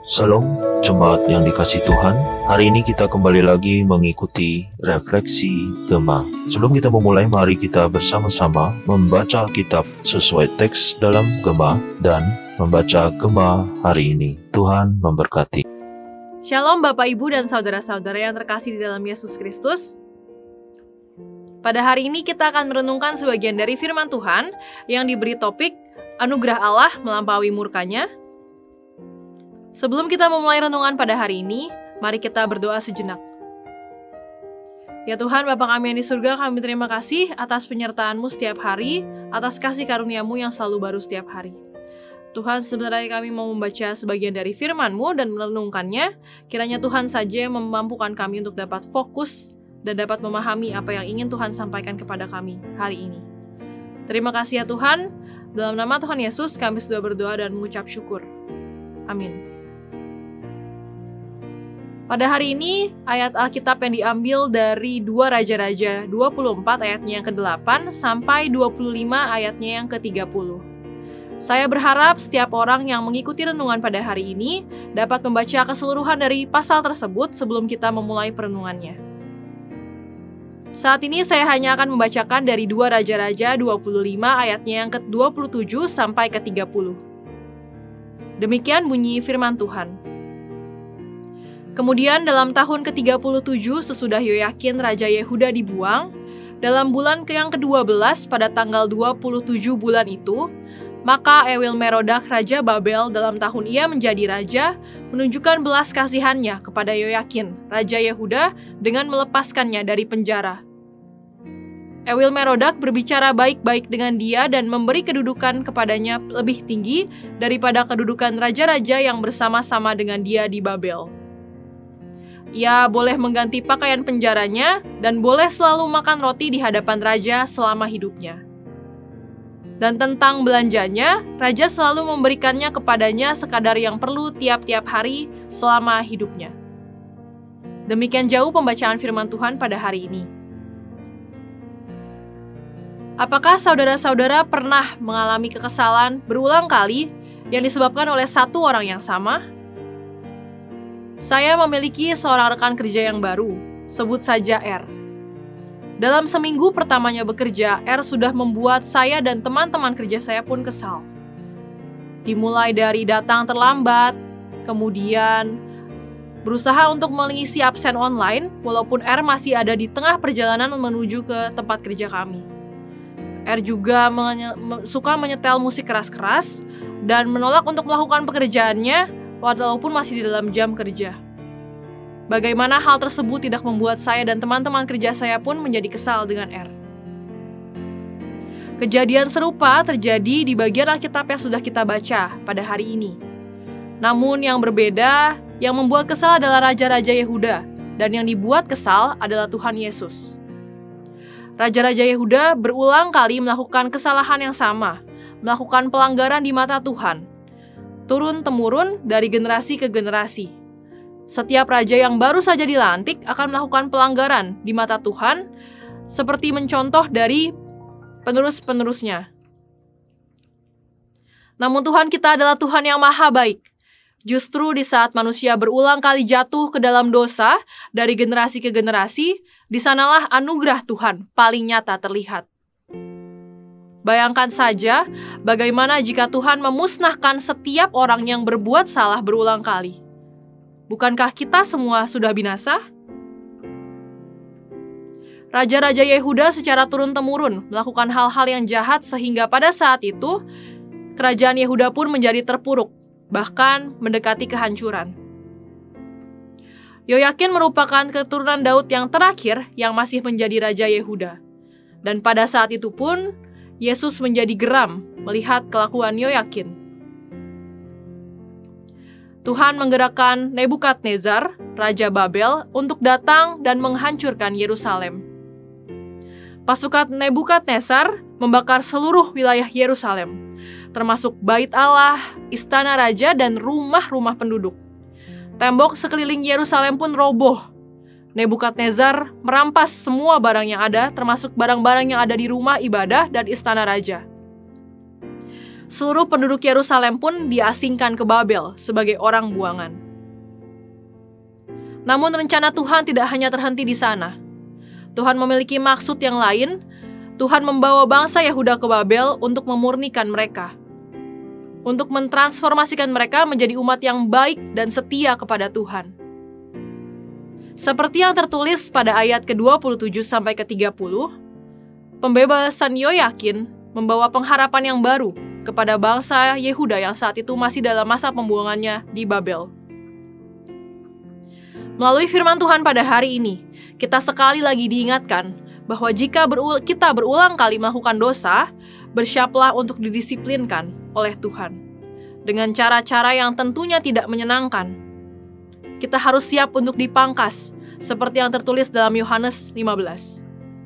Shalom, jemaat yang dikasih Tuhan. Hari ini kita kembali lagi mengikuti refleksi Gema. Sebelum kita memulai, mari kita bersama-sama membaca Alkitab sesuai teks dalam Gema dan membaca Gema hari ini. Tuhan memberkati. Shalom Bapak Ibu dan saudara-saudara yang terkasih di dalam Yesus Kristus. Pada hari ini kita akan merenungkan sebagian dari firman Tuhan yang diberi topik Anugerah Allah melampaui murkanya. Sebelum kita memulai renungan pada hari ini, mari kita berdoa sejenak. Ya Tuhan, Bapa kami yang di surga, kami terima kasih atas penyertaan-Mu setiap hari, atas kasih karunia-Mu yang selalu baru setiap hari. Tuhan, sebenarnya kami mau membaca sebagian dari firman-Mu dan merenungkannya, kiranya Tuhan saja memampukan kami untuk dapat fokus dan dapat memahami apa yang ingin Tuhan sampaikan kepada kami hari ini. Terima kasih ya Tuhan, dalam nama Tuhan Yesus kami sudah berdoa dan mengucap syukur. Amin. Pada hari ini, ayat Alkitab yang diambil dari 2 Raja-Raja 24 ayatnya yang ke-8 sampai 25 ayatnya yang ke-30. Saya berharap setiap orang yang mengikuti renungan pada hari ini dapat membaca keseluruhan dari pasal tersebut sebelum kita memulai perenungannya. Saat ini saya hanya akan membacakan dari 2 Raja-Raja 25 ayatnya yang ke-27 sampai ke-30. Demikian bunyi firman Tuhan. Kemudian dalam tahun ke-37 sesudah Yoyakin Raja Yehuda dibuang, dalam bulan yang ke-12 pada tanggal 27 bulan itu, maka Ewil-Merodak Raja Babel dalam tahun ia menjadi raja, menunjukkan belas kasihannya kepada Yoyakin, Raja Yehuda, dengan melepaskannya dari penjara. Ewil-Merodak berbicara baik-baik dengan dia dan memberi kedudukan kepadanya lebih tinggi daripada kedudukan raja-raja yang bersama-sama dengan dia di Babel. Ia boleh mengganti pakaian penjaranya dan boleh selalu makan roti di hadapan raja selama hidupnya. Dan tentang belanjanya, raja selalu memberikannya kepadanya sekadar yang perlu tiap-tiap hari selama hidupnya. Demikian jauh pembacaan firman Tuhan pada hari ini. Apakah saudara-saudara pernah mengalami kekesalan berulang kali yang disebabkan oleh satu orang yang sama? Saya memiliki seorang rekan kerja yang baru, sebut saja R. Dalam seminggu pertamanya bekerja, R sudah membuat saya dan teman-teman kerja saya pun kesal. Dimulai dari datang terlambat, kemudian berusaha untuk mengisi absen online, walaupun R masih ada di tengah perjalanan menuju ke tempat kerja kami. R juga suka menyetel musik keras-keras dan menolak untuk melakukan pekerjaannya walaupun masih di dalam jam kerja. Bagaimana hal tersebut tidak membuat saya dan teman-teman kerja saya pun menjadi kesal dengan R. Kejadian serupa terjadi di bagian Alkitab yang sudah kita baca pada hari ini. Namun yang berbeda, yang membuat kesal adalah Raja-Raja Yehuda, dan yang dibuat kesal adalah Tuhan Yesus. Raja-Raja Yehuda berulang kali melakukan kesalahan yang sama, melakukan pelanggaran di mata Tuhan, turun-temurun dari generasi ke generasi. Setiap raja yang baru saja dilantik akan melakukan pelanggaran di mata Tuhan, seperti mencontoh dari penerus-penerusnya. Namun Tuhan kita adalah Tuhan yang maha baik. Justru di saat manusia berulang kali jatuh ke dalam dosa dari generasi ke generasi, di sanalah anugerah Tuhan paling nyata terlihat. Bayangkan saja bagaimana jika Tuhan memusnahkan setiap orang yang berbuat salah berulang kali. Bukankah kita semua sudah binasa? Raja-raja Yehuda secara turun-temurun melakukan hal-hal yang jahat sehingga pada saat itu, kerajaan Yehuda pun menjadi terpuruk, bahkan mendekati kehancuran. Yoyakin merupakan keturunan Daud yang terakhir yang masih menjadi Raja Yehuda. Dan pada saat itu pun, Yesus menjadi geram melihat kelakuan Yoyakin. Tuhan menggerakkan Nebukadnezar, Raja Babel, untuk datang dan menghancurkan Yerusalem. Pasukan Nebukadnezar membakar seluruh wilayah Yerusalem, termasuk Bait Allah, istana raja, dan rumah-rumah penduduk. Tembok sekeliling Yerusalem pun roboh. Nebukadnezar merampas semua barang yang ada, termasuk barang-barang yang ada di rumah ibadah dan istana raja. seluruh penduduk Yerusalem pun diasingkan ke Babel sebagai orang buangan. Namun rencana Tuhan tidak hanya terhenti di sana. Tuhan memiliki maksud yang lain. Tuhan membawa bangsa Yehuda ke Babel untuk memurnikan mereka, untuk mentransformasikan mereka menjadi umat yang baik dan setia kepada Tuhan. Seperti yang tertulis pada ayat ke-27 sampai ke-30, pembebasan Yoyakin membawa pengharapan yang baru kepada bangsa Yehuda yang saat itu masih dalam masa pembuangannya di Babel. Melalui firman Tuhan pada hari ini, kita sekali lagi diingatkan bahwa jika kita berulang kali melakukan dosa, bersiaplah untuk didisiplinkan oleh Tuhan dengan cara-cara yang tentunya tidak menyenangkan. Kita harus siap untuk dipangkas, seperti yang tertulis dalam Yohanes 15.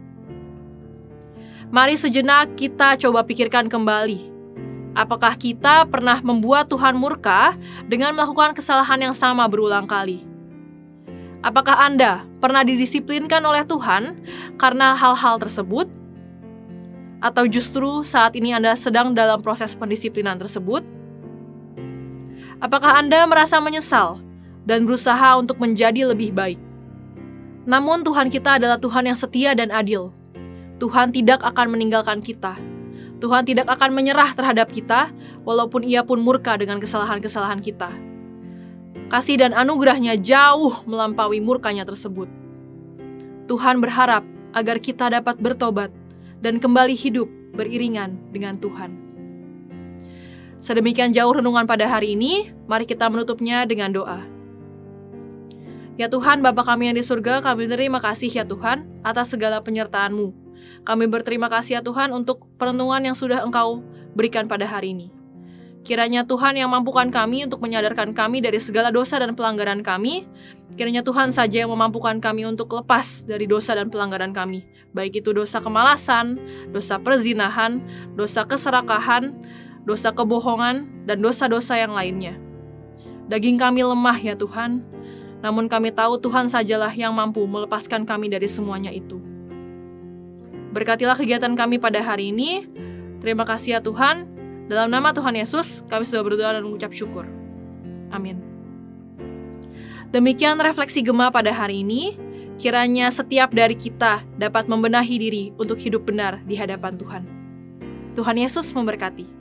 Mari sejenak kita coba pikirkan kembali. Apakah kita pernah membuat Tuhan murka dengan melakukan kesalahan yang sama berulang kali? Apakah Anda pernah didisiplinkan oleh Tuhan karena hal-hal tersebut? Atau justru saat ini Anda sedang dalam proses pendisiplinan tersebut? Apakah Anda merasa menyesal dan berusaha untuk menjadi lebih baik? Namun Tuhan kita adalah Tuhan yang setia dan adil. Tuhan tidak akan meninggalkan kita. Tuhan tidak akan menyerah terhadap kita, walaupun Ia pun murka dengan kesalahan-kesalahan kita. Kasih dan anugerah-Nya jauh melampaui murkanya tersebut. Tuhan berharap agar kita dapat bertobat dan kembali hidup beriringan dengan Tuhan. Sedemikian jauh renungan pada hari ini, mari kita menutupnya dengan doa. Ya Tuhan, Bapa kami yang di surga, kami terima kasih ya Tuhan atas segala penyertaan-Mu. Kami berterima kasih ya Tuhan untuk perenungan yang sudah Engkau berikan pada hari ini. Kiranya Tuhan yang mampukan kami untuk menyadarkan kami dari segala dosa dan pelanggaran kami. Kiranya Tuhan saja yang memampukan kami untuk lepas dari dosa dan pelanggaran kami. Baik itu dosa kemalasan, dosa perzinahan, dosa keserakahan, dosa kebohongan, dan dosa-dosa yang lainnya. Daging kami lemah ya Tuhan, namun kami tahu Tuhan sajalah yang mampu melepaskan kami dari semuanya itu. Berkatilah kegiatan kami pada hari ini. Terima kasih ya Tuhan. Dalam nama Tuhan Yesus, kami sudah berdoa dan mengucap syukur. Amin. Demikian refleksi Gema pada hari ini. Kiranya setiap dari kita dapat membenahi diri untuk hidup benar di hadapan Tuhan. Tuhan Yesus memberkati.